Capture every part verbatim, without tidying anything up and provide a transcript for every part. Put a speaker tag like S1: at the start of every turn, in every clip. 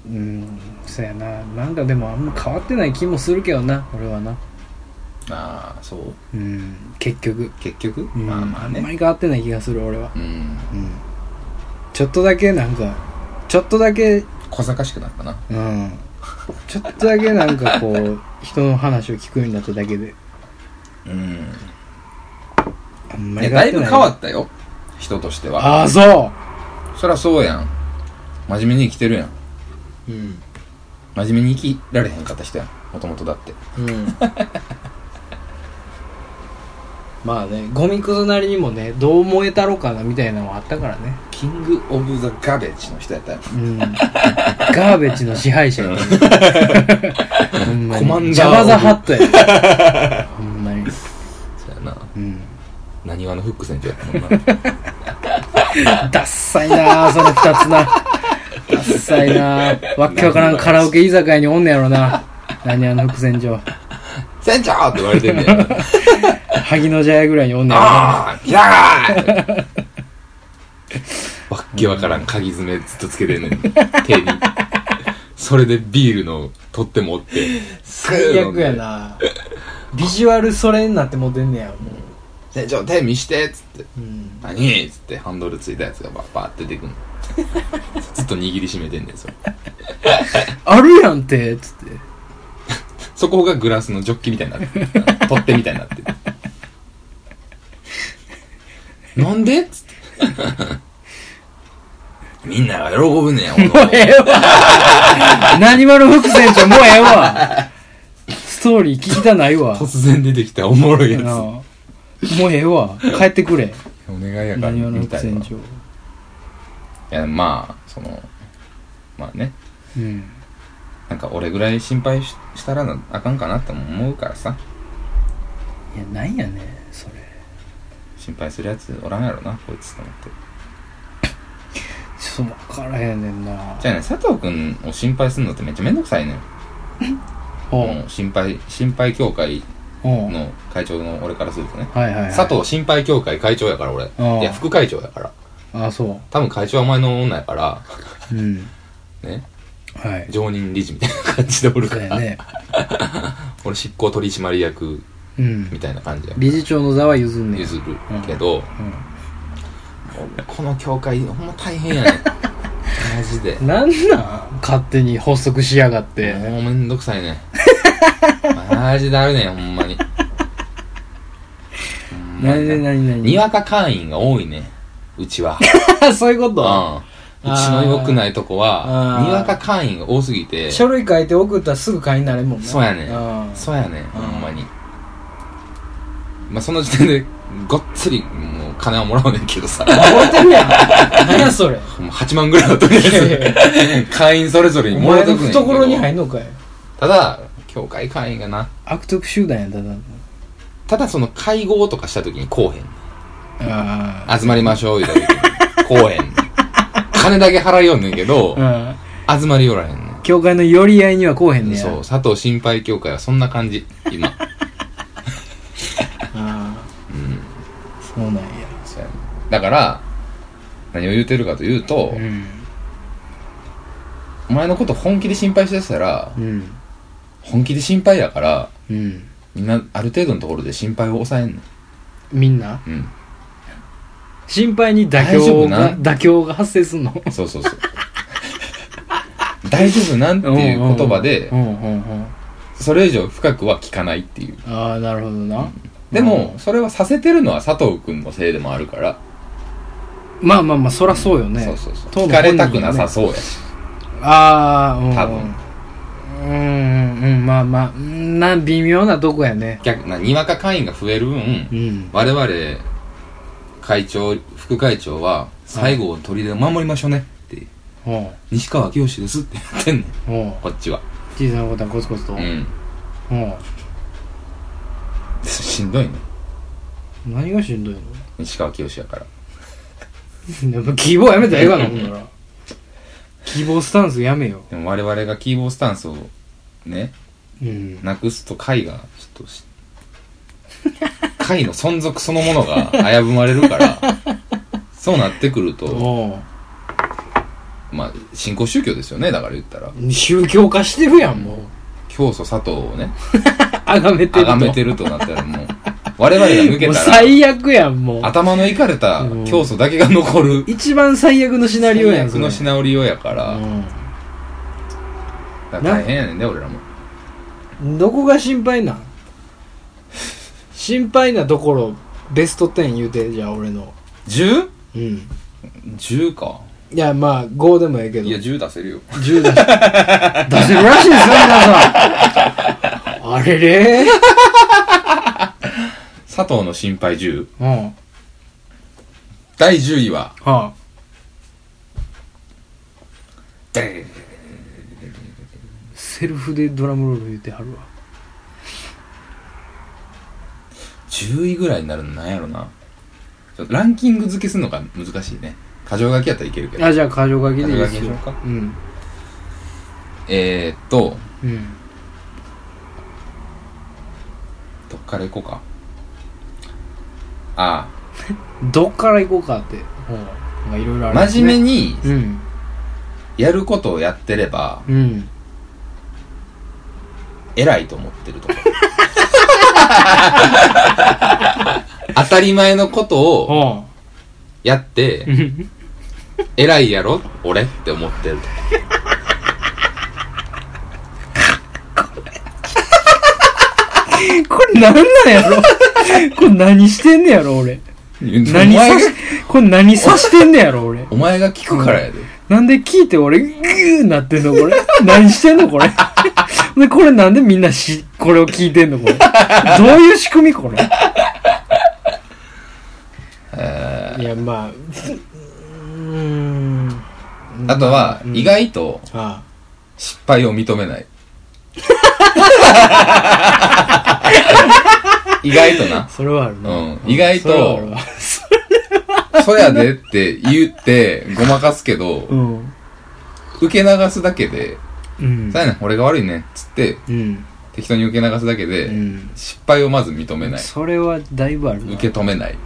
S1: うんそうやな。なんかでもあんま変わってない気もするけどな俺はな。
S2: ああそう
S1: うん結局
S2: 結局、
S1: うん、
S2: まあまあね
S1: あんまり変わってない気がする俺は。
S2: うん、うん、
S1: ちょっとだけなんかちょっとだけ
S2: 小賢しくなったな。
S1: うんちょっとだけなんかこう人の話を聞くようになっただけで
S2: うん
S1: あんまり
S2: だいぶ変わったよ人としては。
S1: ああそ
S2: うそりゃそうやん。真面目に生きてるやん。
S1: うん
S2: 真面目に生きられへんかった人やんもともとだって
S1: うんまあねゴミくずなりにもねどう燃えたろかなみたいなのもあったからね。
S2: キングオブザガベッジの人やったやん。
S1: うんガーベッジの支配者やったほんまに
S2: コマンダー
S1: ジャバザハットやほんまに
S2: そうやな。
S1: うん
S2: なにわのフック船長やったもんな
S1: ダッサいなその二つなダッサいなわっけわからんカラオケ居酒屋におんねやろな何あの副船長
S2: 船長って言われてんねや
S1: 萩の茶屋ぐらいにおんねやろな。
S2: ああキラーわっけわからん鍵爪ずっとつけてんのに手にそれでビールの取って持って
S1: 最悪やなビジュアルそれになってもうてんねやもう
S2: 船長手見してっつって、
S1: うん、
S2: 何っつってハンドルついたやつがバッバーって出てくんのずっと握りしめてんねんそれ
S1: あるやんってつって
S2: そこがグラスのジョッキみたいになってる取っ手みたいになってるなんでっつってみんなが喜ぶねんもう
S1: ええわ何話の副船長もうええわストーリー聞きたないわ
S2: 突然出てきたおもろいやつ
S1: もうええわ帰ってくれ
S2: お願いやから
S1: 何話の副船長。
S2: いやまあそのまあね、
S1: うん、
S2: なんか俺ぐらい心配 し, したらあかんかなって思うからさ。
S1: いやなんやねんそれ
S2: 心配するやつおらんやろなこいつと思って。
S1: ちょっと分からへんねんな。
S2: じゃあね佐藤くんを心配するのってめっちゃめんどくさいねんもう心配心配協会の会長の俺からするとね、はいはいはい、佐藤心配協会会長やから俺。いや副会長やから。ああそう多分会長はお前の女やからうんね、はい、常任理事みたいな感じでおるから、ね、俺執行取締役みたいな感じやから、うん、理事長の座は譲んねん譲るけど、うんうん、この協会ほんま大変やねんマジでなんなん勝手に発足しやがってもうめんどくさいねマジであるねんほんまに何で何何にわか会員が多いねんうちはそういうこと、うん、うちの良くないとこはにわか会員が多すぎて書類書いて送ったらすぐ会員になれんもんね。そうやねんそうやねんほんまに。まあその時点でごっつりもう金はもらうねんけどさもらってるやん何やそれはちまんぐらいはとりあえず会員それぞれにもらうとくねんけど懐に入んのかい。ただ協会会員がな悪徳集団やんただただその会合とかした時にこうへん。あ集まりましょう言うた時にこうへん金だけ払いよんねんけど、うん、集まりよらへんねん。協会の寄り合いにはこうへんねん。そう佐藤心配協会はそんな感じ今ああうんそうなんや。そうやねだから何を言うてるかというと、うん、お前のこと本気で心配してたら、うん、本気で心配やから、うん、みんなある程度のところで心配を抑えんねんみんな。うん心配に妥協が妥協が発生すんのそうそうそう大丈夫なんていう言葉でそれ以上深くは聞かないっていう。ああなるほどな、うん、でもそれはさせてるのは佐藤くんのせいでもあるからまあまあまあそらそうよね、うん、そうそうそう聞かれたくなさそうやしああうん多分うんうんまあまあな微妙なとこやね。逆なにわか会員が増える分、うん、我々会長副会長は最後を砦を守りましょうねって、うん、西川きよしですって言ってんねん、うん、こっちは小さなことはコツコツと、うん、うん、しんどいね。何がしんどいの。西川きよしやからやっぱキーボーやめたらええかなほんならキーボースタンスやめよ。でも我々がキーボースタンスをね、うん、なくすと会がちょっとし会の存続そのものが危ぶまれるからそうなってくるとまあ新興宗教ですよね。だから言ったら
S1: 宗教化してるやん。もう
S2: 教祖佐藤をね
S1: あがめてると
S2: あがめてるとなったらもう我々が抜けたら
S1: 最悪やん。もう
S2: 頭のいかれた教祖だけが残る
S1: 一番最悪のシナリオやん。
S2: 最悪のシナリオやから、うん、だから大変やねんで俺らも。
S1: どこが心配なん？心配なところベストじゅう言うて。じゃあ俺の
S2: じゅう？
S1: うん、
S2: じゅうか。
S1: いやまあごでもええけど。
S2: いやじゅう出せるよ。
S1: じゅう出せ出せるらしいですよ皆さん。あれれ
S2: 佐藤の心配じゅう、
S1: うん、
S2: だいじゅういは、はあ、
S1: セルフでドラムロール言ってはるわ。
S2: じゅういぐらいになるのなんやろな。ちょっとランキング付けするのが難しいね。箇条書きやったらいけるけど。
S1: あ、じゃあ箇条書きでいいですよ。
S2: 箇条書きにしようか。
S1: うん。
S2: えーっと、
S1: うん。
S2: どっから行こうか。ああ。
S1: どっから行こうかって。まあいろいろある、ね。
S2: 真面目に、
S1: うん、
S2: やることをやってれば、
S1: うん、
S2: 偉いと思ってるとこ当たり前のことをやって偉いやろ俺って思ってると
S1: これなんなんやろこれ何してんねやろ俺。何さしこれ何さしてんねやろ俺。
S2: お前が聞くからやで、うん、
S1: なんで聞いて俺グーなってんのこれ何してんのこれでこれなんでみんなしこれを聞いてんのこれどういう仕組みこれいやまあうーん
S2: あとは、うん、意外と失敗を認めない意外とな
S1: それはあるな、
S2: うん、意外とそやでって言ってごまかすけど、うん、受け流すだけで、うん、そうやねん俺が悪いねっつって、うん、適当に受け流すだけで、うん、失敗をまず認めない。
S1: それはだいぶあるな。
S2: 受け止めない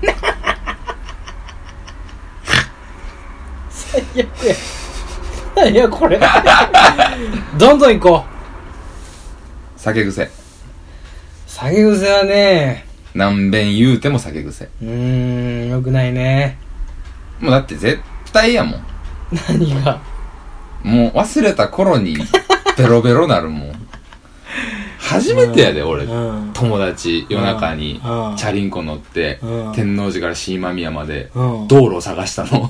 S1: 最悪やいやこれどんどん行こ
S2: う。酒癖
S1: 酒癖はね
S2: 何遍言うても酒癖。
S1: うーんよくないね。
S2: もうだって絶対やもん。
S1: 何が
S2: もう忘れた頃にベロベロなるもん初めてやで、うん、俺、うん、友達夜中にチャリンコ乗って、うん、天王寺から新間宮まで道路を探したの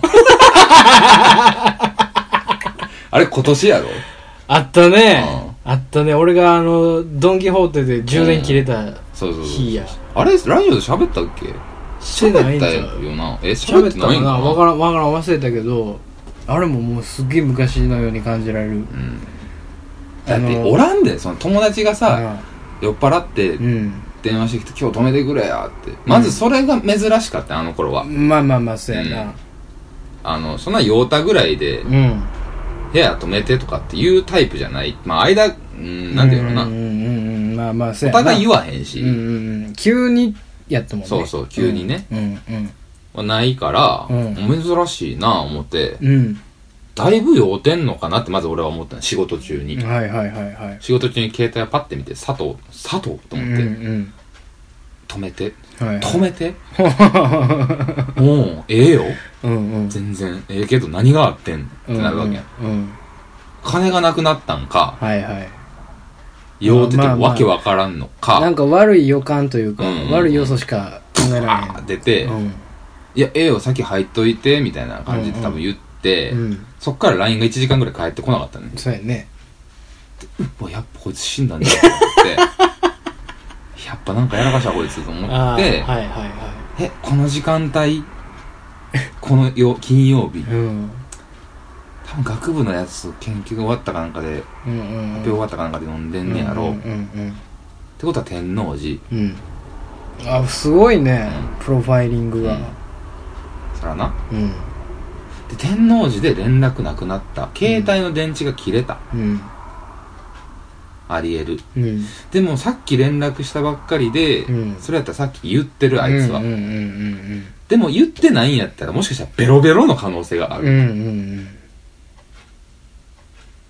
S2: あれ今年やろ。
S1: あったね、うん、あったね。俺があのドンキホーテで充電切れた日や、うん、そうそうそうそう。
S2: あれラジオで喋ったっけ。
S1: してないんちゃう
S2: 喋ったよな。え喋ってないんかな。
S1: わからんわからん忘れたけど、あれももうすっげえ昔のように感じられる、うん、
S2: だっておらんで、その友達がさ、酔っ払って電話してきて、今日止めてくれやって、うん、まずそれが珍しかった、あの頃は。
S1: まあまあまあそうやな、うん、
S2: あのそんな酔うたぐらいで、うん、部屋止めてとかっていうタイプじゃない。まあ間、うん、なんていうのかな、うんうんうん、まあまあそうやな、お互い言わへんし、うんうん
S1: うん、急にやったもんね。
S2: そうそう急にね、うんうんうん、ないから、うん、珍しいな思って、うん、だいぶ酔うてんのかなってまず俺は思ったの。仕事中に、
S1: はいはいはいはい、
S2: 仕事中に携帯をパッて見て、佐藤佐藤と思って、うんうん、止めて、はいはい、止めてもうええよ、うんうん、全然ええけど何があってんってなるわけや、うんうん、金がなくなったんか、はいはい、酔うててもわけわからんのか、まあまあ、
S1: なんか悪い予感というか、うんうん、悪い要素しか考えられない。
S2: 出て、うん、いやええよ先入っといてみたいな感じで多分言って、うんうん、そっから ライン がいちじかんぐらい返ってこなかったね。
S1: そうやね。
S2: うわやっぱこいつ死んだんだと思ってやっぱなんかやらかしたこいつと思って、はいはいはい、えこの時間帯このよ金曜日、うん、多分学部のやつ研究が終わったかなんかで、うんうんうん、発表終わったかなんかで飲んでんねやろ、うんうんうんうん、ってことは天王寺、うん、
S1: あすごいね、うん、プロファイリングが、うん、
S2: そらな、うん、で天王寺で連絡なくなった、携帯の電池が切れた、うん、ありえる、うん、でもさっき連絡したばっかりで、うん、それやったらさっき言ってるあいつは、うんうんうんうん、でも言ってないんやったらもしかしたらベロベロの可能性がある、うんうんうん、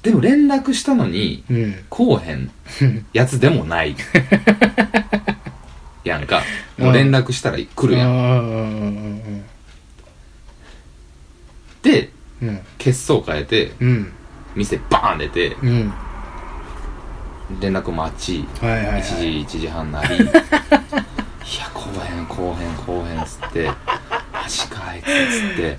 S2: でも連絡したのに、うん、こうへんやつでもないやんか。もう連絡したら来るやん、うん、で、うん、血相変えて、うん、店バーン出て、うん、連絡待ち、はいはいはい、いちじいちじはんなりいやこうへんこうへんこうへんっつってマジかあいつっつって、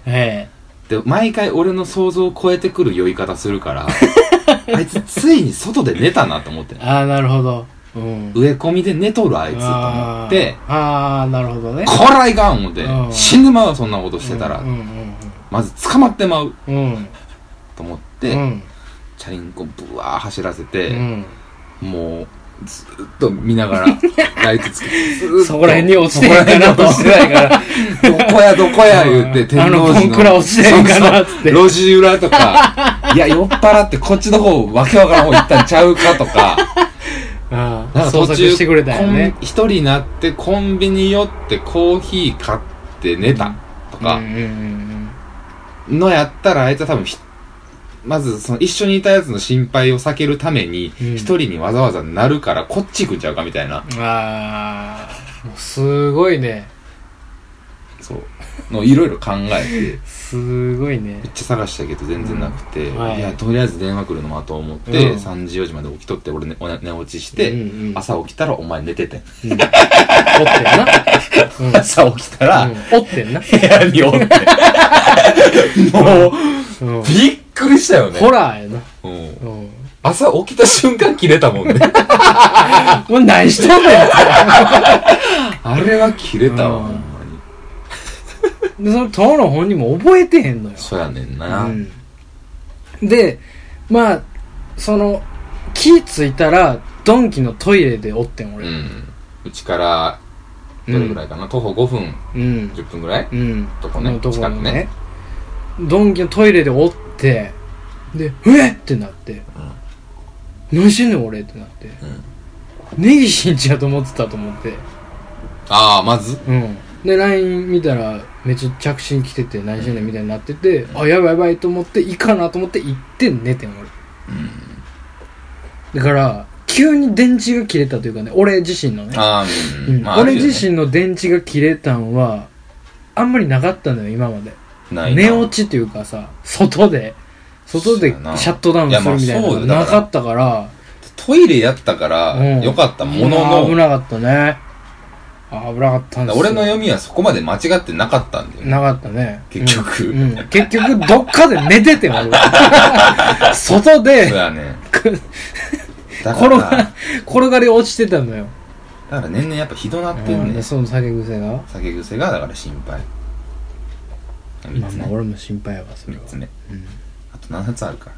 S2: で毎回俺の想像を超えてくる酔い方するからあいつついに外で寝たなと思って。
S1: ああなるほど、うん、
S2: 植え込みで寝とるあいつと思って、
S1: ああなるほどね、
S2: こらいかん思って、うん、死ぬまうそんなことしてたら、うんうんうんうん、まず捕まってまう、うん、と思って、うん、チャリンコブワー走らせて、うん、もうずっと見ながらライトつけてずっと
S1: そこら辺に落ちてないかなと落ちてないから
S2: どこやどこや言って天王寺のあの
S1: ポンクラ落ちてないかなっつって
S2: 路地裏とかいや酔っ払ってこっちの方わけわからん方行ったんちゃうかとか
S1: ああ捜索してくれたよね。
S2: 一人になってコンビニ寄ってコーヒー買って寝たとかのやったらあいつは多分まずその一緒にいたやつの心配を避けるために一人にわざわざなるからこっち行くんちゃうかみたいな、うん、
S1: あーもうすごいね、
S2: そうのいろいろ考えて
S1: すごいね、
S2: めっちゃ探したけど全然なくて、うんはい、いやとりあえず電話来るの待とう思って、うん、さんじよじまで起きとって俺 寝, 寝落ちして、うんうん、朝起きたらお前寝てて、うん、おってん
S1: な、
S2: うん、朝起きたら、うん、
S1: おってんな
S2: 部屋におってもう、うん、びっびっくりしたよね。
S1: ホラーやな、
S2: うんうん、朝起きた瞬間切れたもんね
S1: もう何しとんねん
S2: あれは切れたわ、うん、ほんま
S1: にでその当の本人も覚えてへんのよ。
S2: そうやねんな、うん、
S1: でまあその気ついたらドンキのトイレでおってん俺、うん、
S2: うちからどれぐらいかな、うん、徒歩ごふん、うん、じゅっぷんぐらい、うん、とこね、近くね、
S1: ドンキのトイレでおってでうえってなって、うん、何してんねん俺ってなって、うん、ネギしんちやと思ってたと思って、
S2: ああまず、
S1: うん、で ライン 見たらめっちゃ着信来てて何してんねんみたいになってて、うん、あやばいやばいと思っていいかなと思って行って寝てん俺、うん、だから急に電池が切れたというかね、俺自身のね、あ、うんうんまあ、俺自身の電池が切れたんはあんまりなかったのよ今まで。寝落ちっていうかさ、外で外でシャットダウンするみたいなのなかったから、
S2: トイレやったからよかったものの、
S1: うん、危なかったね。あ危なかったんですよ。
S2: 俺の読みはそこまで間違ってなかったんだよね。
S1: なかったね
S2: 結局、
S1: うんうん、結局どっかで寝てて俺外で
S2: そうやね
S1: 転が転がり落ちてたのよ。
S2: だから年々やっぱひどなってるね、
S1: うん、その酒癖が
S2: 酒癖がだから心配。
S1: まあまあ俺も心配やわそれは。みっつめ、うん、
S2: あとななつあるから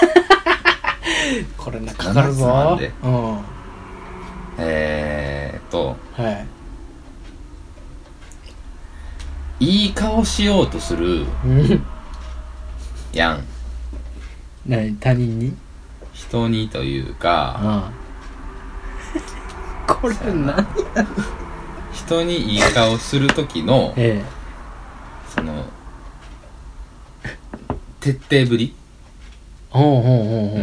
S1: これなかかるぞ。ななつなんで、うん、
S2: えーっと
S1: はい
S2: いい顔しようとするやん。
S1: 何他人に
S2: 人にというか、あ
S1: あこれ何や
S2: 人にいい顔する時の、ええ、その徹底ぶり。
S1: ほうほうほうほう、うん、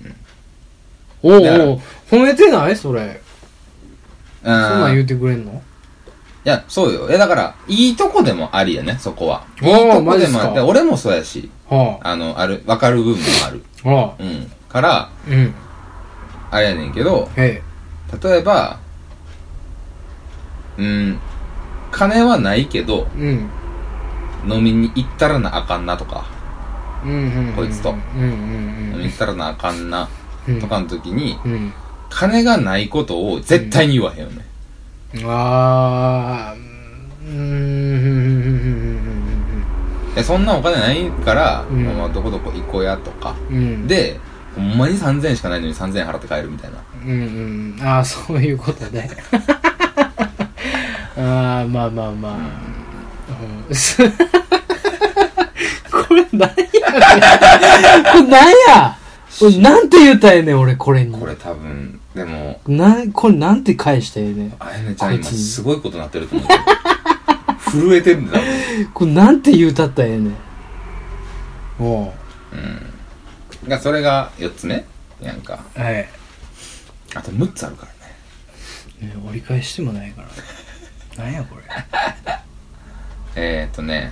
S1: おうおう褒めてないそれ。そんなん言うてくれんの。
S2: いやそうよ。えだからいいとこでもありやねそこは。いいとこでもあって俺もそうやし、はあ、あのある分かる部分もある、はあ、うんから、うん、あれやねんけど、例えばうん金はないけど、うん、飲みに行ったらなあかんなとか、うんうんうんうん、こいつと、うんうんうん、飲みに行ったらなあかんな、うん、とかの時に、うん、金がないことを絶対に言わへんよね、うん、あーうーんそんなお金ないから、うん、まあ、どこどこ行こうやとか、うん、でほんまにさんぜんえんしかないのにさんぜんえん払って帰るみたいな、うんうん、ああそういうことねああまあまあまあ、うんうん、これ何やねんこれ何やこれなんて言うたらええねん俺これに。 これ多分でも
S1: なこれなんて返したらええねん。
S2: あやねちゃん今すごいことなってると思う震えてるんだ
S1: これなんて言うたったらええねん。おう、うん、
S2: がそれがよっつめやんか。
S1: はい。
S2: あとむっつあるから
S1: ね。ね、折り返してもないから。なんやこれ。
S2: えーっとね、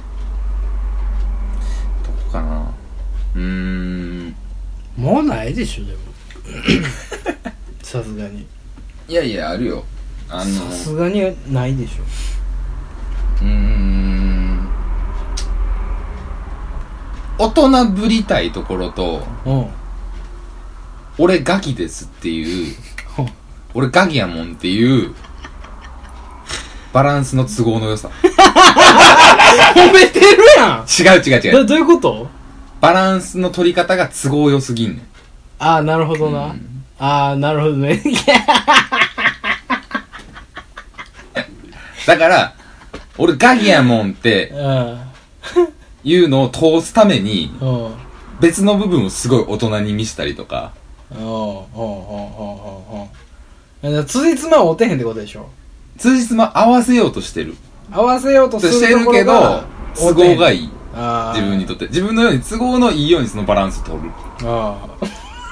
S2: どこかな。うーん。
S1: もうないでしょでも。さすがに。
S2: いやいやあるよ。あの
S1: さすがにないでしょ。
S2: うーん。大人ぶりたいところと、うん、俺ガキですっていう、俺ガキやもんっていうバランスの都合の良さ。
S1: 褒めてるやん。
S2: 違う違う違う。
S1: ど, どういうこと？
S2: バランスの取り方が都合良すぎんねん。
S1: ああ、なるほどな。うん、ああ、なるほどね。
S2: だから俺ガキやもんっていうのを通すために別の部分をすごい大人に見せたりとか。
S1: つじつまは合てへんってことでしょ。
S2: つじつま合わせようとしてる
S1: 合わせようとする
S2: してるけど都合がいい。自分にとって自分のように都合のいいようにそのバランスを取る。ああ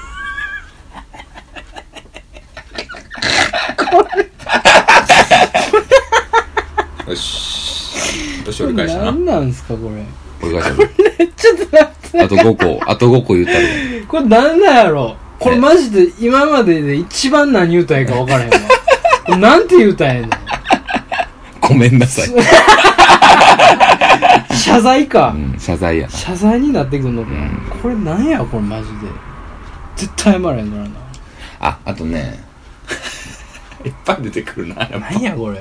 S2: これよしよし折り返したな。
S1: 何なんすかこれ。
S2: 折り返した
S1: これちょっと待って
S2: あとごこあとごこ言ったる。
S1: これ何なんやろ。これマジで今までで一番何言うたらいいか分からへんわ。これなんて言うたらええの。
S2: ごめんなさい。
S1: 謝罪か、
S2: うん、謝罪やな。
S1: 謝罪になってくんのか、うん、これなんやこれマジで絶対謝らへんからな。
S2: あ、あとねいっぱい出てくるな。
S1: なんやこれ。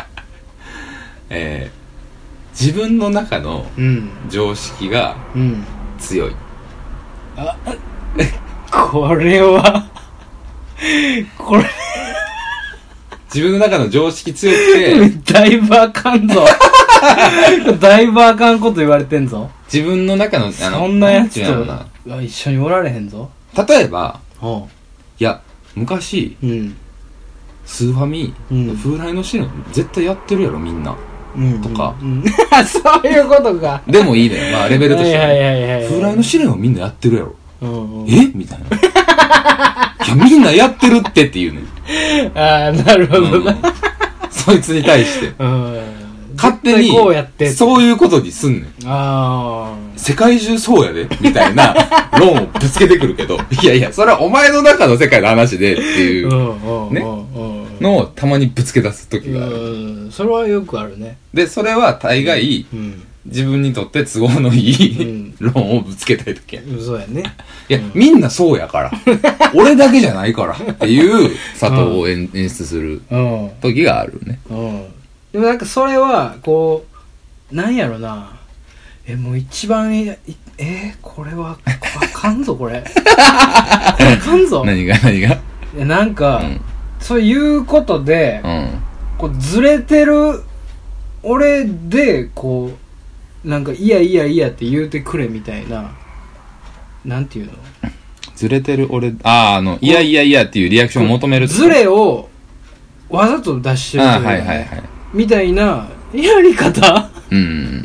S2: えー、自分の中の常識が強い、うんうん、
S1: あこれはこれ
S2: 自分の中の常識強く
S1: てだいぶあかんぞ。だいぶあかんこと言われてんぞ。
S2: 自分の中のあの
S1: そんなやつと一緒におられへんぞ。
S2: 例えばいや昔、うん、スーファミの風来の試練絶対やってるやろみんな、うん、とか、うんうん、
S1: そういうことか。
S2: でもいいね、まあレベルとしては、ね、風来の試練はみんなやってるやろ、うんうん、えみたいな。いやみんなやってるってっていうね。
S1: ああなるほどな、うん、
S2: そいつに対して、うん、勝手に
S1: こうやって
S2: そういうことにすんねん。あ世界中そうやでみたいな論をぶつけてくるけど、いやいやそれはお前の中の世界の話でっていうねのをたまにぶつけ出す時がある。
S1: うんそれはよくあるね。
S2: でそれは大概、うん、自分にとって都合のいい、うん、論をぶつけたい時や。
S1: そうやね。
S2: いや、うん、みんなそうやから俺だけじゃないからっていう佐藤を演出する時があるね。うん、うん
S1: でもなんかそれはこうなんやろな、えもう一番ええこれはあかんぞこれあかんぞ。
S2: 何が何がい
S1: やなんか、うん、そういうことで、うん、こうずれてる俺でこうなんかいやいやいやって言うてくれみたいな、なんていうの
S2: ずれてる俺ああのいやいやいやっていうリアクションを求める
S1: ずれをわざと出してる、ね、あはいはいはいみたいなやり方
S2: うん。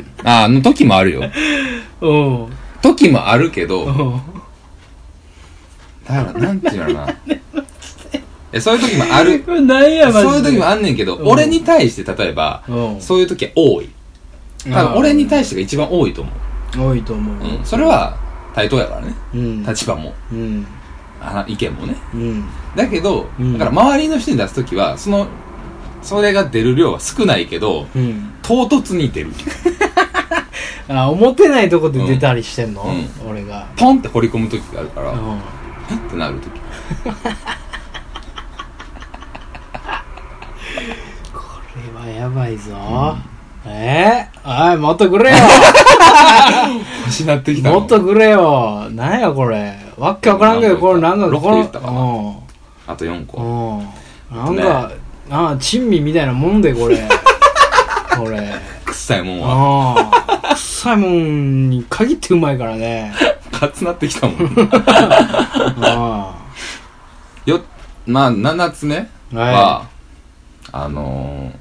S2: あ、あの時もあるよ。うん。時もあるけど、だから、なんていうのかな。えそういう時もある。
S1: なんや
S2: そういう時もあんねんけど、俺に対して例えば、そういう時は多い。多分俺に対してが一番多いと思
S1: う。多いと思う。
S2: うん。それは対等やからね。うん、立場も、うん、あ意見もね。うん、だけど、うん、だから周りの人に出す時は、その、それが出る量は少ないけど、うん、唐突に出る。
S1: あ、思ってないとこで出たりしてんの、うん、俺が
S2: ポンって掘り込む時があるから、うん、えってなる時。
S1: これはやばいぞ、うん、えー、おいもっとくれよ。
S2: 欲しなってきた
S1: もっとくれよ。なんやこれわっけわからんけど、これなんか
S2: ろっこ言ったかな、うん、あとよんこ、
S1: うん、なんか、ね、ああ珍味みたいなもんでこれ。これ
S2: 臭いもんは
S1: あ臭いもんに限ってうまいからね。
S2: カツなってきたもん。あよまあななつめは、はい、あのー、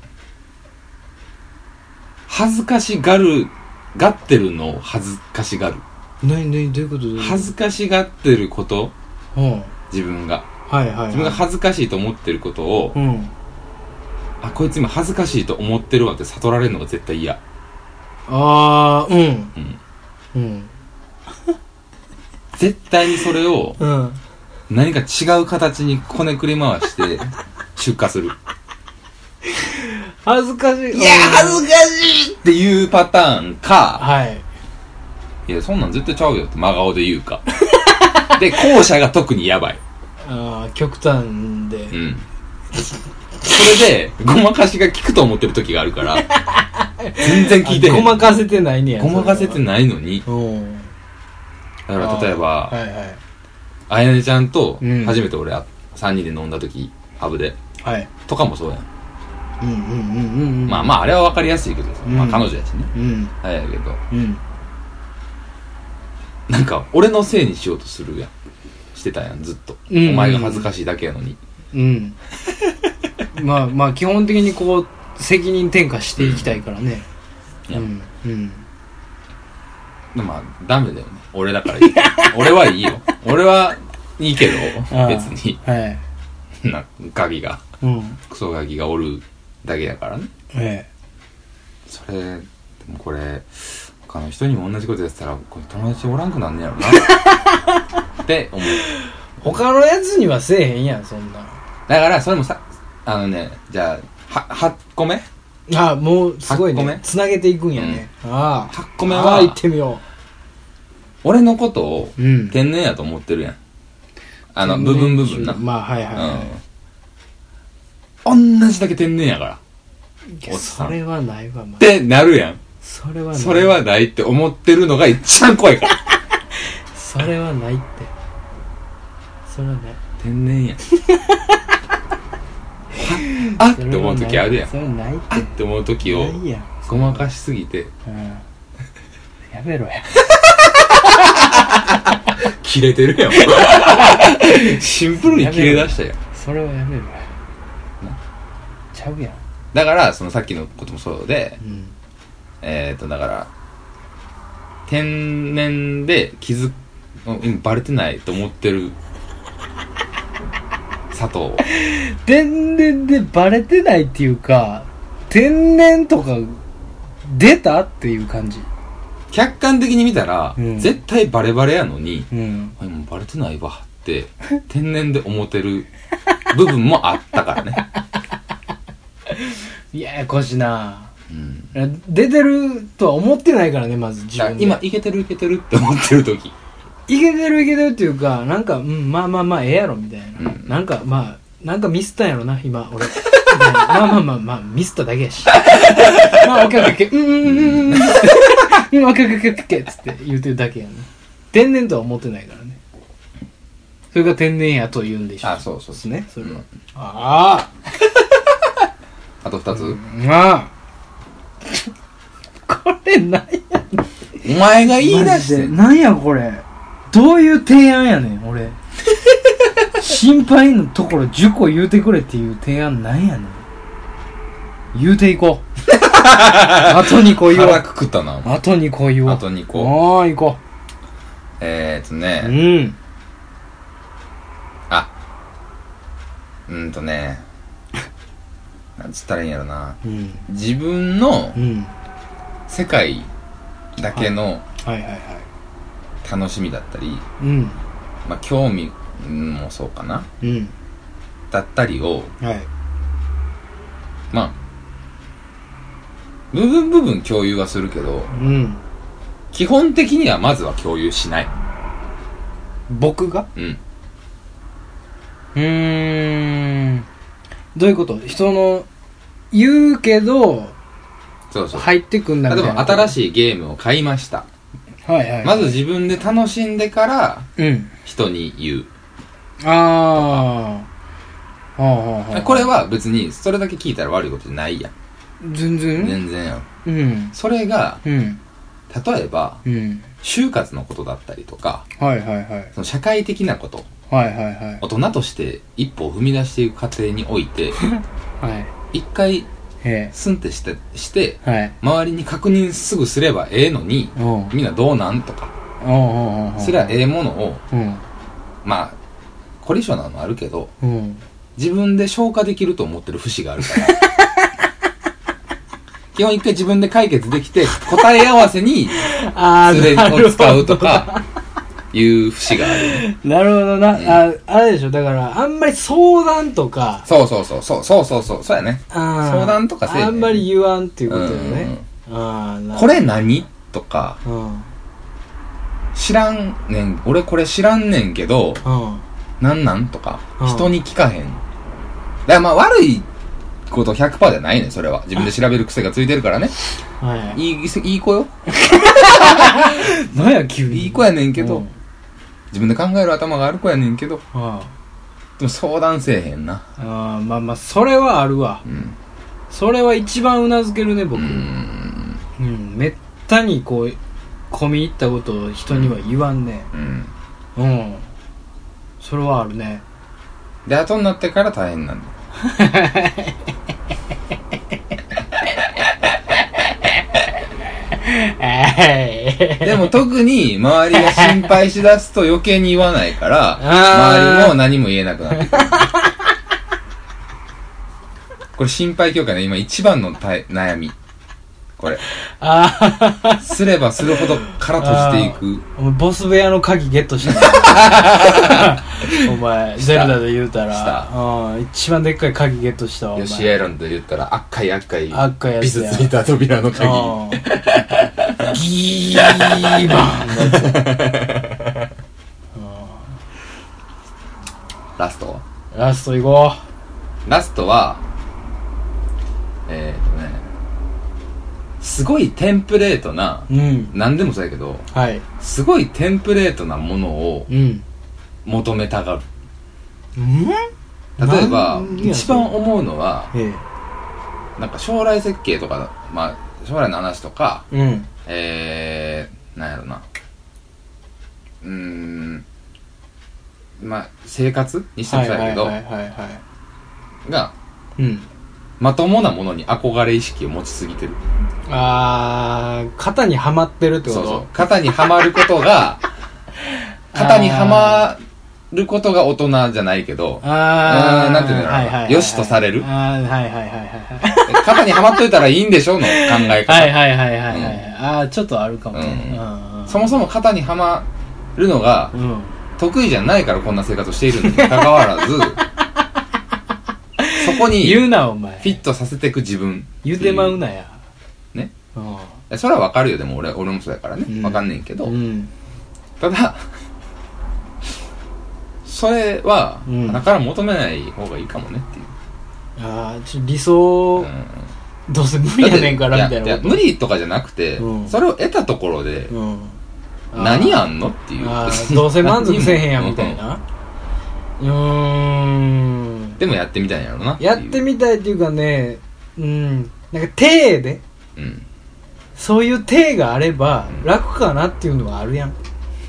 S2: 恥ずかしがるがってるのを恥ずかしがる。
S1: 何何どういうことどういうこと
S2: 恥ずかしがってること、
S1: うん、
S2: 自分が、
S1: はいはいはい、
S2: 自分が恥ずかしいと思ってることを、
S1: うん、
S2: あこいつ今恥ずかしいと思ってるわって悟られるのが絶対嫌。
S1: ああうんうんうん
S2: 絶対にそれを、
S1: うん、
S2: 何か違う形にこねくり回して出荷する。
S1: 恥ずかしい、
S2: いや恥ずかしいっていうパターンか、
S1: はい、
S2: いやそんなん絶対ちゃうよって真顔で言うかで後者が特にやばい。
S1: ああ極端で、
S2: うんそれでごまかしが効くと思ってる時があるから全然聞いてへん。
S1: ごまかせてないねや。
S2: ごまかせてないのに。だから例えば、
S1: はいはい、
S2: あやねちゃんと
S1: うん、
S2: 初めて俺さんにんで飲んだ時ハブで、
S1: はい、
S2: とかもそうやん。
S1: うんうんうんうん、うん、
S2: まあまああれは分かりやすいけどさ、うん、まあ彼女やしね、
S1: うん、
S2: あれやけど、
S1: うん、
S2: なんか俺のせいにしようとするやんしてたやんずっと、うんうんうん、お前が恥ずかしいだけやのに。うん
S1: まあまあ基本的にこう責任転嫁していきたいからね。
S2: うんうんうんでまあダメだよね俺だからいい俺はいいよ俺はいいけど別に、はい、なガキが、うん、クソガキがおるだけやからね、ええ、それでもこれ他の人にも同じことやってたらこれ友達おらんくなんねやろなって思う。
S1: 他のやつにはせえへんやんそんな。
S2: だからそれもさあのねじゃあははちこめ
S1: あもうすごいねつなげていくんやね、うん、あ
S2: はちこめは
S1: あ行ってみよう。
S2: 俺のことを天然やと思ってるやん、うん、あの部分部分な
S1: まあはいはい、はい
S2: うん、同じだけ天然やから
S1: いやそれはないわ、まあ、
S2: ってなるやん。
S1: それはない
S2: それはないって思ってるのが一番怖いから
S1: それはないってそれはない
S2: 天然やんあって思う時あるやん。
S1: それないって
S2: あって思う時をごまかしすぎて、
S1: うん、やめろや
S2: 切れてるやんシンプルに切れ出したやん。
S1: それはやめろやちゃうやん。
S2: だからそのさっきのこともそうで、うん、えっとだから天然で気づ今バレてないと思ってる佐藤
S1: 天然でバレてないっていうか天然とか出たっていう感じ。
S2: 客観的に見たら、うん、絶対バレバレやのに、うん、もうバレてないわって天然で思ってる部分もあったからね
S1: ややこしいな、うん、出てるとは思ってないからねまず自分で。
S2: 今イケてるイケてるって思ってる時
S1: イケてるイケてるっていうかなんか、うん、まあまあまあええやろみたいな、うん、なんかまあなんかミスったんやろな今俺まあまあまあまあミスっただけやしまあオッケーオッケーうんうんうんうんうんオッケーオッケーオッケーオッケーつって言うてるだけやね。天然とは思ってないからね。それが天然やと言うんでしょ。
S2: あそうそうですね
S1: それは、うん、ああ
S2: あとふたつ、うん、
S1: ああこれなんや
S2: お前が言い出して
S1: なんやこれどういう提案やねん俺心配のところじゅっこ言うてくれっていう提案なんやねん。言うていこうあとにこ言おう。
S2: 腹くくったな。
S1: あとにこ言おう。
S2: あとにこ
S1: ああ行こう。
S2: えーっとね
S1: うん
S2: あうんとねなんつったらいいんやろな、うん、自分の世界だけの楽しみだったり、うん、まあ興味もそうかな、うん、だったりを、はい、まあ部分部分共有はするけど、うん、基本的にはまずは共有しない。
S1: 僕がうんうーんどういうこと？人の言うけど
S2: そうそう
S1: 入ってくんだみたいな。
S2: 例えば新しいゲームを買いました、はいはいはい、まず自分で楽しんでから人に言う、うん、ああ、はあはあ、これは別にそれだけ聞いたら悪いことじゃないやん。
S1: 全然
S2: 全然やん、うん、それが、うん、例えば、うん、就活のことだったりとか、はいはいはい、その社会的なこと、はいはいはい、大人として一歩を踏み出していく過程において、はい、一回スンってして、して、はい、周りに確認すぐすればええのに、みんなどうなんとか、 それはええものを、うん、まあ凝り性なのもあるけど、うん、自分で消化できると思ってる節があるから基本一回自分で解決できて答え合わせにそれを使うとかいう節がある。
S1: なるほどな、うん、あ, あれでしょ、だからあんまり相談とか、
S2: そうそうそうそうそうそうそうそうやね、相談とかせえへん、
S1: あんまり言わんっていうことよね、うんうん、
S2: あなこれ何とか、うん、知らんねん、俺これ知らんねんけど、うん、なんなんとか、うん、人に聞かへん。だからまあ悪いこと ひゃくパーセント じゃないねん、それは自分で調べる癖がついてるからね、はい、いい、いい子よ
S1: 何や急に
S2: いい子やねんけど、うん、自分で考える頭がある子やねんけど、ああでも相談せえへんな。
S1: あまあまあそれはあるわ、うん、それは一番うなずけるね僕。うん、うん、めったにこう込み入ったことを人には言わんね。うん、うん、それはあるね。
S2: で後になってから大変なんだでも特に周りが心配しだすと余計に言わないから周りも何も言えなくなってくるこれ心配強化ね、今一番の悩みこれ。あすればするほど殻閉じていく。
S1: ボス部屋の鍵ゲットしたお前ゼルダで言うたらうん一番でっかい鍵ゲットしたわ。
S2: ヨシアイランドで言ったら赤い赤い
S1: 赤いやつ
S2: ビスついた扉の鍵
S1: ギーバン
S2: ラストは
S1: ラストいこ
S2: う。ラストはえーとねすごいテンプレートな、うん、何でもそうやけど、はい、すごいテンプレートなものを求めたがる、うん、例えば一番思うのは、ええ、なんか将来設計とか、まあ、将来の話とか、うん、えー、なんやろなうーんまあ生活にしてもそうやけどが、うんまともなものに憧れ意識を持ちすぎてる。
S1: あー、型にはまってるってこと？
S2: そうそう。型にはまることが、型にはまることが大人じゃないけど、あー、なんていうんだろう、はいはいはいはい、よしとされる。あー、はいはいはいはい。型にはまっといたらいいんでしょの考え方。
S1: はいはいはいはい、はいうん。あー、ちょっとあるかもね。
S2: うんうん、そもそも型にはまるのが、うん、得意じゃないからこんな生活をしているのに関わらず、そこに
S1: 言うなお前
S2: フィットさせていく自分
S1: 言うてまうなや
S2: ね、うん、それは分かるよ。でも俺俺もそうやからね、うん、分かんねんけど、うん、ただそれはだから求めない方がいいかもねっていう、
S1: うん、ああちょ理想、うん、どうせ無理やねんからみたいなこと。いやいや
S2: 無理とかじゃなくて、うん、それを得たところで、うん、何あんのっていう
S1: あどうせ満足せえへんやみたいなうーん
S2: でもやってみたいんやろな
S1: やってみたいっていうかね、うんなんか体で、うん、そういう体があれば楽かなっていうのはあるやん、うん、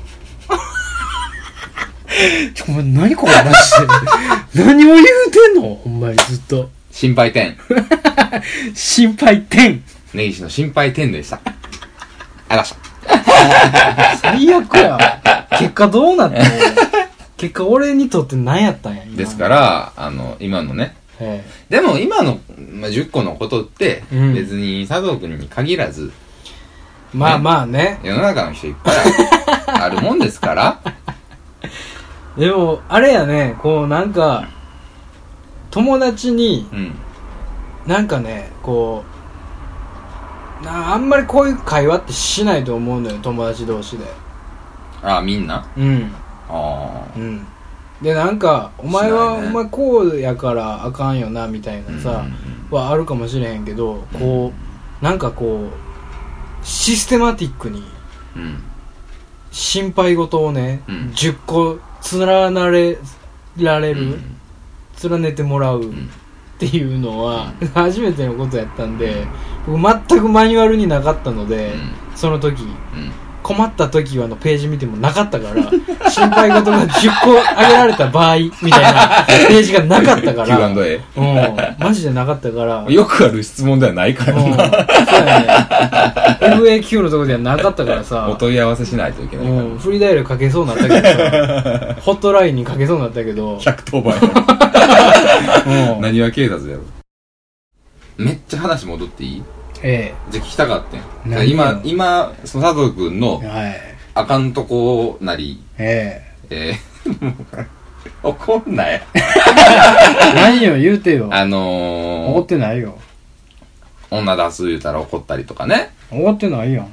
S1: ちょお前何これマジで何を言うてんのほんまにずっと
S2: 心配点
S1: 心配点
S2: 根岸の心配点でしたあらした
S1: 最悪や結果どうなったの結果俺にとって何やったんや今
S2: ですからあの今のねでも今の、まあ、じゅっこのことって別に佐藤君に限らず、
S1: うん、まあまあね
S2: 世の中の人いっぱいあるもんですから
S1: でもあれやねこうなんか友達に、うん、なんかねこうなあんまりこういう会話ってしないと思うのよ友達同士で。
S2: ああみんなうんあ
S1: うん、でなんかお前は、ね、お前こうやからあかんよなみたいなさ、うん、はあるかもしれへんけど、うん、こうなんかこうシステマティックに、うん、心配事をね、うん、じゅっこ連なれられる、うん、連ねてもらうっていうのは、うん、初めてのことやったんで僕全くマニュアルになかったので、うん、その時、うん困った時はのページ見てもなかったから心配事がじゅっこ挙げられた場合みたいなページがなかったからキューアンドエー うんマジでなかったから
S2: よくある質問ではないからな、うん、そう
S1: やね エフエーキュー のところではなかったからさ
S2: お問い合わせしないといけないから、
S1: うん、フリーダイヤルかけそうになったけどさホットラインにかけそうになったけど
S2: ひゃくとおばんやろ何は警察やろめっちゃ話戻っていい
S1: ええ
S2: じゃあ聞きたかったん今今その佐藤君の、はい、あかんとこなりええええ怒んなや
S1: 何よ言うてよ
S2: あの
S1: ー、怒ってないよ
S2: 女出す言うたら怒ったりとかね
S1: 怒ってないやん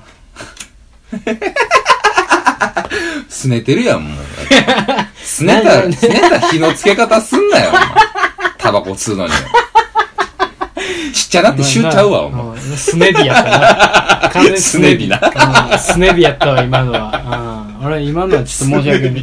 S2: すねてるやんもうすねたすねた火のつけ方すんなよタバコ吸うのにちっちゃなってシューちゃうわ、お前。
S1: スネビやったな。完全に
S2: スネビな。
S1: スネビやったわ、今のは。俺、今のはちょっと申し訳ない。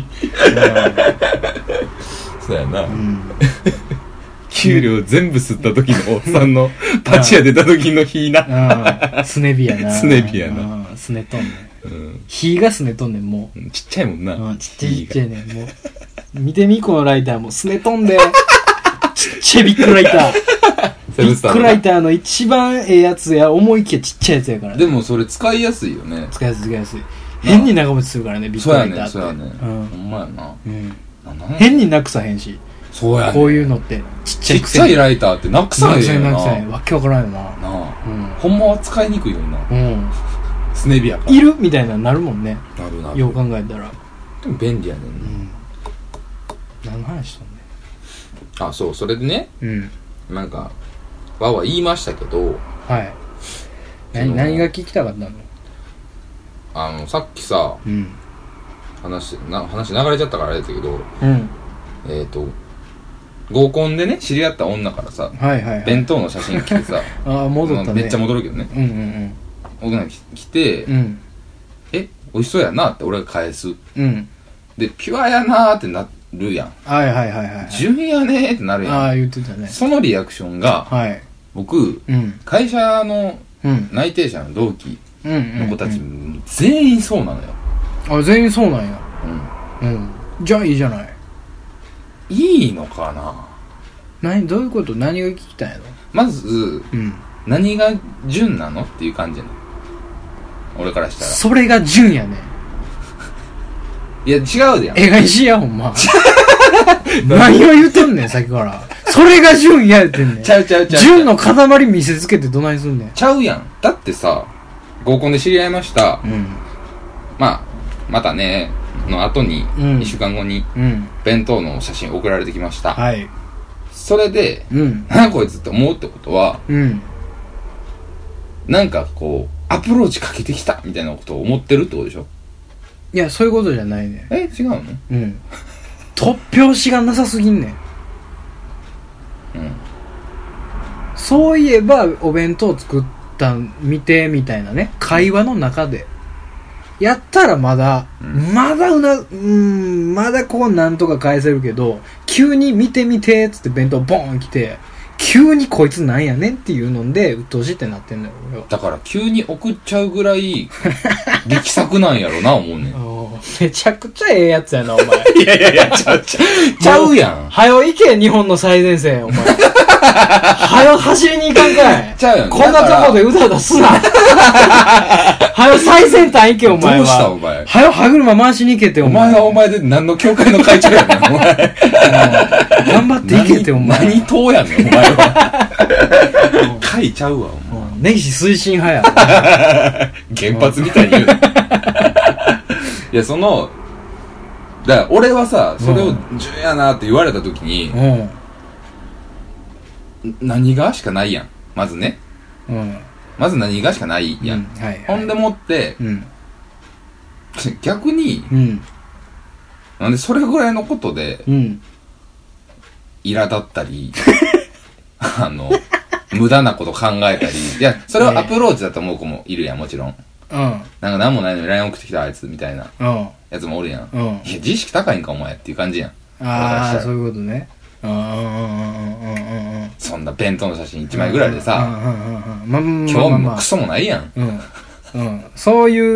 S2: そうやな。うん、給料全部吸った時のおっさんのパチ屋出た時の火な。
S1: スネビやな。
S2: スネビやな。
S1: スネとんねん。火がスネとんねん、もう。
S2: ちっちゃいもんな。
S1: ちっちゃいちっちゃいねん、もう。見てみ、このライターもスネとんで。ちっちゃいビッグライター。ビッグライターの一番ええやつや思いきやちっちゃいやつやから、ね、
S2: でもそれ使いやすいよね
S1: 使いやすい使いやすい変に長持ちするからねビッグライターって
S2: そうやねそうやね、うん、ほんまやな、うん、
S1: 変になくさへんし
S2: そうやね
S1: こういうのってちっちゃい
S2: ちっちゃいライターってなくさへんよな
S1: なくさへんわけわからんよなな
S2: あ、うん、ほんまは使いにくいよなうんスネビやから
S1: いるみたいななるもんね
S2: なるなる
S1: よう考えたら
S2: でも便利やねんね、
S1: うん、何の話したんね
S2: あそうそれでねうんなんかわわ言いましたけど
S1: はい何何が聞きたかったの
S2: あのさっきさ、うん、話な話流れちゃったからあれだけど、うん、えっ、ー、と合コンでね知り合った女からさ、はいはいはい、弁当の写真来てさ
S1: あ戻ったね
S2: めっちゃ戻るけどね、うんうんうん、女が来て、うん、え美味しそうやなって俺が返す、うん、でピュアやなーってなるやん
S1: はいはいはいはい
S2: 純やねーってなるやん
S1: ああ言ってたね
S2: そのリアクションが、はい、僕、うん、会社の内定者の同期の子たち、うん、全員そうなのよ
S1: あ全員そうなんやうん、うん、じゃあいいじゃない
S2: いいのかな
S1: 何どういうこと何が聞きたいの
S2: まず、うん、何が純なのっていう感じなの俺からしたら
S1: それが純やね
S2: いや違うでやん
S1: えがいしやほんま何を言うてんねんさっきからそれが純や言うてんねん
S2: ちゃうちゃうちゃう
S1: 純の塊見せつけてどないすんねん
S2: ちゃうやんだってさ合コンで知り合いました、うん、まあまたねの後に、うん、いっしゅうかんごに、うん、弁当の写真送られてきました、はい、それで、うん、なんこいつって思うってことは、うん、なんかこうアプローチかけてきたみたいなことを思ってるってことでしょ
S1: いやそういうことじゃないね
S2: え違うの
S1: うん突拍子がなさすぎんねん、うん、そういえばお弁当作った見てみたいなね会話の中でやったらまだ、うん、まだうなうんまだこうなんとか返せるけど急に見てみてっつって弁当ボーン来て急にこいつなんやねんっていうので鬱陶しいってなってんだよ俺は
S2: だから急に送っちゃうぐらい力作なんやろな思うねん
S1: めちゃくちゃええやつやなお前
S2: いやいやいやちゃうちゃうちゃうやん
S1: はよ行け日本の最前線お前はよ走りに行かんかい
S2: ちゃうやん
S1: こんなとこでうだうだすなはよ最先端行けお前は
S2: どうしたお前
S1: はよ歯車回しに行けてお前
S2: お前はお前で何の教会の会長やねんお前
S1: 頑張って行けてお前
S2: 何党やねんお前は会ちゃうわお
S1: 前根岸推進派
S2: や原発みたいに言ういやそのだから俺はさそれを純やなって言われた時に、うん、何がしかないやんまずね、うん、まず何がしかないやん、うんはいはい、ほんでもって、うん、逆に、うん、なんでそれぐらいのことで、うん、苛立ったりあの無駄なこと考えたりいやそれはアプローチだと思う子もいるやんもちろんうん、なんか何もないのに ライン 送ってきたあいつみたいなやつもおるやん、うん、いや自意識高いんかお前っていう感じやん
S1: ああそういうことね
S2: そんな弁当の写真いちまいぐらいでさ興味もクソもないやん、
S1: うんうん、そういう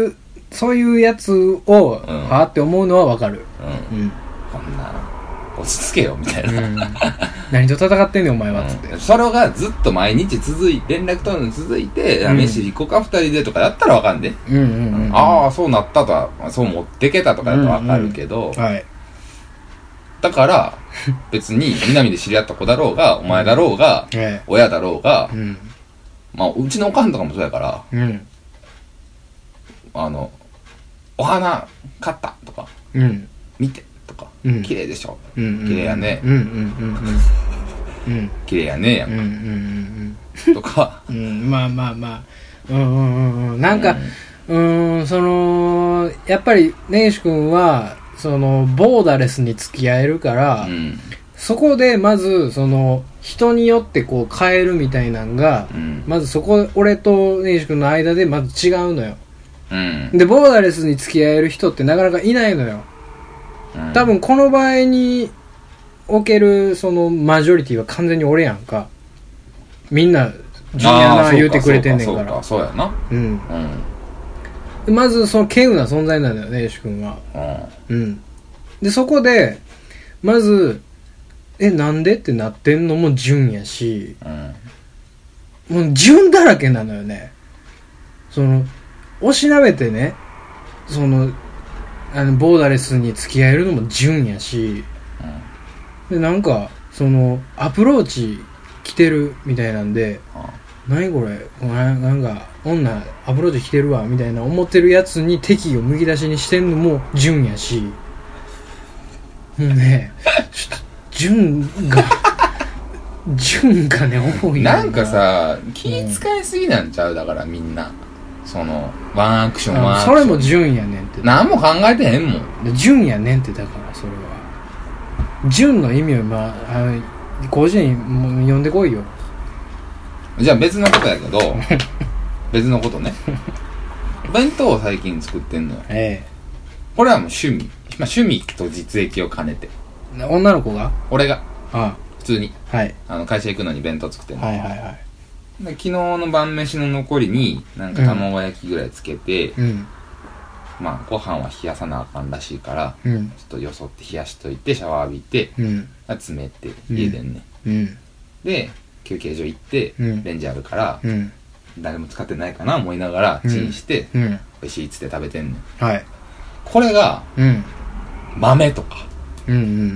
S1: そういうやつを、うん、はって思うのはわかる、
S2: うんうん、こんな落ち着けよみたいな、うん、
S1: 何と戦ってんねんお前はつって、
S2: うん、それがずっと毎日続い連絡取るの続いて、うん、飯行こうか二人でとかやったらわかんね、うんうんうんうん、ああそうなったとはそう持ってけたとかだとわかるけど、うんうんはい、だから別に南で知り合った子だろうがお前だろうが、うん、親だろうが、うん、まあうちのおかんとかもそうやから、うん、あのお花買ったとか、うん、見てとか、うん、綺麗でしょ、うんうん、綺麗やね、うんうんうんうん、綺麗やねやんか、うんうんうん、とか、
S1: うん、まあまあまあ、うんうんうんうん、なんか、うん、うーんそのやっぱり根岸君はそのボーダレスに付き合えるから、うん、そこでまずその人によってこう変えるみたいなんが、うん、まずそこ俺と根岸君の間でまず違うのよ。うん、でボーダレスに付き合える人ってなかなかいないのよ、うん、多分この場合におけるそのマジョリティは完全に俺やんか。みんなジュニアな言うてくれてんねんから。
S2: そうやな、うん、
S1: うん、まずその稀有な存在なんだよね根岸君は、うん、うん、でそこでまずえなんでってなってんのも純やし、うん、もう純だらけなのよね。そのおしなべてねそのあのボーダレスに付き合えるのも純やし、うん、でなんかそのアプローチ来てるみたいなんで、うん、何これなんか女アプローチ来てるわみたいな思ってるやつに敵意をむき出しにしてんのも純やし、もうねちょっと純が純がね多い
S2: なんかさ気遣いすぎなんちゃう、だからみんなそのワンアクションワンアクション
S1: それも純やねんって。
S2: 何も考えてへんもん。
S1: 純やねんってだからそれは純の意味をまあ個人に呼んでこいよ。
S2: じゃあ別のことやけど別のことね弁当を最近作ってんのよ、ええ、これはもう趣味、まあ、趣味と実益を兼ねて。
S1: 女の子が
S2: 俺がああ普通に、
S1: はい、
S2: あの会社行くのに弁当作ってんの、
S1: はいはいはい。
S2: で昨日の晩飯の残りになんか卵焼きぐらいつけて、うん、まあご飯は冷やさなあかんらしいから、うん、ちょっとよそって冷やしといてシャワー浴びて、うん、詰めて家でんね、うん、で休憩所行って、うん、レンジあるから、うん、誰も使ってないかな思いながらチンして、うん、美味しいっつって食べてんねん、はい、これが、うん、豆とか、うんうんうんうんうん、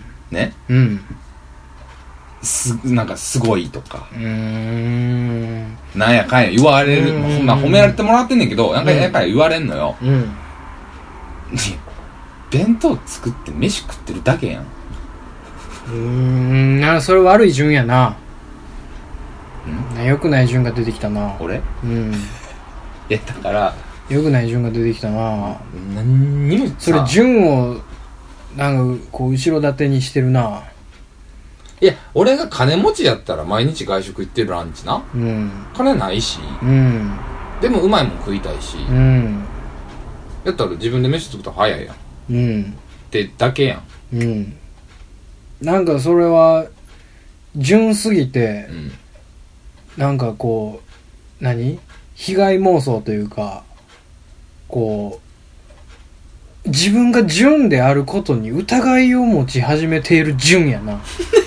S2: ね、うん、すなんかすごいとか、うーんなんやかんや言われる、まあ褒められてもらってんねんけど、なんかやから言われんのよ、うん、弁当作って飯食ってるだけやん。
S1: うーんなんかそれ悪い順やな。ん良くない順が出てきたな
S2: 俺。うんいやだから
S1: 良くない順が出てきたな。
S2: 何にも
S1: それ順をなんかこう後ろ盾にしてるな。
S2: いや俺が金持ちやったら毎日外食行ってるランチな、うん、金ないし、うん、でもうまいもん食いたいし、うん、やったら自分で飯作ったら早いやん、うん、ってだけやん、うん、
S1: なんかそれは純すぎて、うん、なんかこう何被害妄想というかこう自分が純であることに疑いを持ち始めている純やな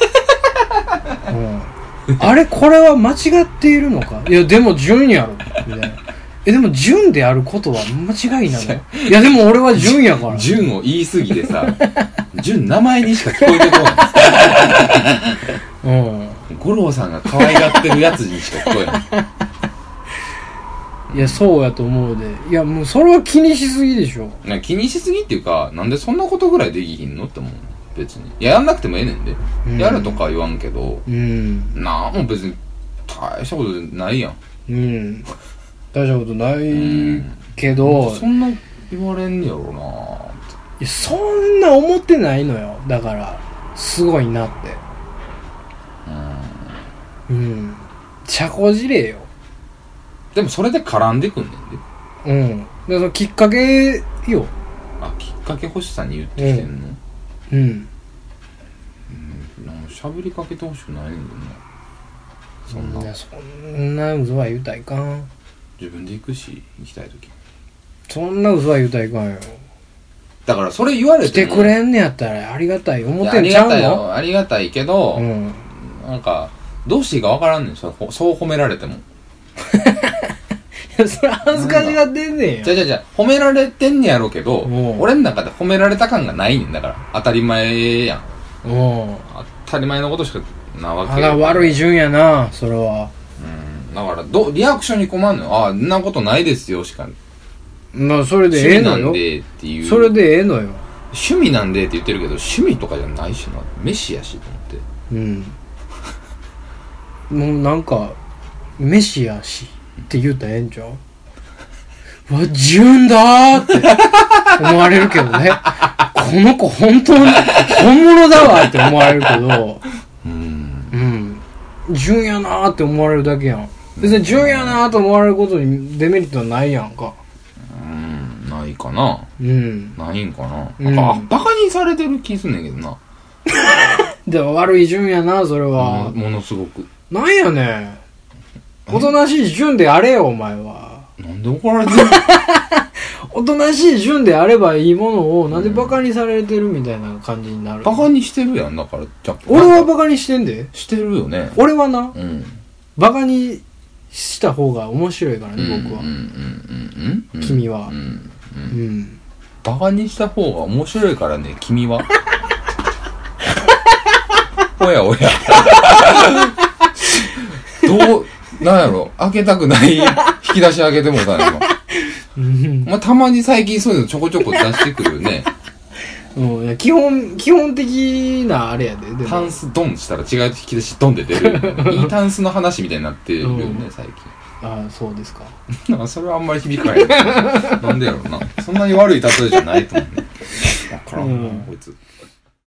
S1: うん、あれこれは間違っているのか。いやでも純やろみたいな。えでも純であることは間違いなの。いやでも俺は純やから
S2: 純を言い過ぎてさ純名前にしか聞こえてこないうん五郎さんが可愛がってるやつにしか聞こえない
S1: いやそうやと思うで。いやもうそれは気にしすぎでしょ。
S2: 気にしすぎっていうかなんでそんなことぐらいできひんのって思う。別にいややんなくてもええねんで、うん、やるとかは言わんけど、うん、なあもう別に大したことないやん、うん、
S1: 大したことないけど、
S2: うん、そんな言われんねやろな。い
S1: やそんな思ってないのよ。だからすごいなってうんうん社交辞令よ。
S2: でもそれで絡んでくんねんで。
S1: うんでそのきっかけよ。
S2: あきっかけ欲しさに言ってきてんの、うんうん、うん、なんか喋りかけてほしくないねんだよな。そんな
S1: そんな嘘は言うたらいかん。
S2: 自分で行くし行きたい時
S1: そんな嘘は言うたらいかんよ。
S2: だからそれ言われて
S1: も来てくれんねやったらありがたい思ってんちゃうの。
S2: ありがたいよ、ありがたいけど、うん、なんかどうしていいかわからんねん、そう褒められても。
S1: いや、それ恥ずかしがってんねんよ。
S2: じゃじゃじゃ褒められてんねやろうけど、俺の中で褒められた感がないねんだから、当たり前やん。当たり前のことしかなわけ。
S1: あら悪い順やな、それは。
S2: うん、だからどリアクションに困るのよ。ああ、んなことないですよしか。
S1: まあそれでええのよ。
S2: 趣味なんでっていう。
S1: それでええのよ。
S2: 趣味なんでって言ってるけど、趣味とかじゃないしな、飯やしと思って。
S1: うん。もうなんか飯やしって言うたらええんちゃう。うわ、純だーって思われるけどね。この子本当に本物だわって思われるけど、うん、うん、純やなーって思われるだけやん。別に純やなーと思われることにデメリットはないやんか。
S2: うん、ないかな。うん、ないんかな。
S1: うん、
S2: なんかバカにされてる気すんねんけどな。
S1: でも悪い純やな、それは。
S2: ものすごく。
S1: なんやねん。おとなしい純であれよ、お前は。
S2: なんで怒られてるの？
S1: おとなしい純であればいいものをなんでバカにされてるみたいな感じになる、うん、
S2: バカにしてるやん。だからじゃ
S1: 俺はバカにしてんで。
S2: してるよね。
S1: 俺はな、うん、バカにした方が面白いからね、僕は。君は、うんうん、
S2: バカにした方が面白いからね、君は。おやおや。どうなんやろ、開けたくない引き出し開けてもうたんやろ。まあ、たまに最近そういうのちょこちょこ出してくるよね。
S1: うん、いや基本基本的なあれやで。で
S2: タンスドンしたら違う引き出しドンって出る。いいタンスの話みたいになってるよね、うん、最近。
S1: ああ、そうですか。
S2: なんかそれはあんまり響かない。なんでやろうな。そんなに悪い例えじゃないと思うね。わからんな、こいつ。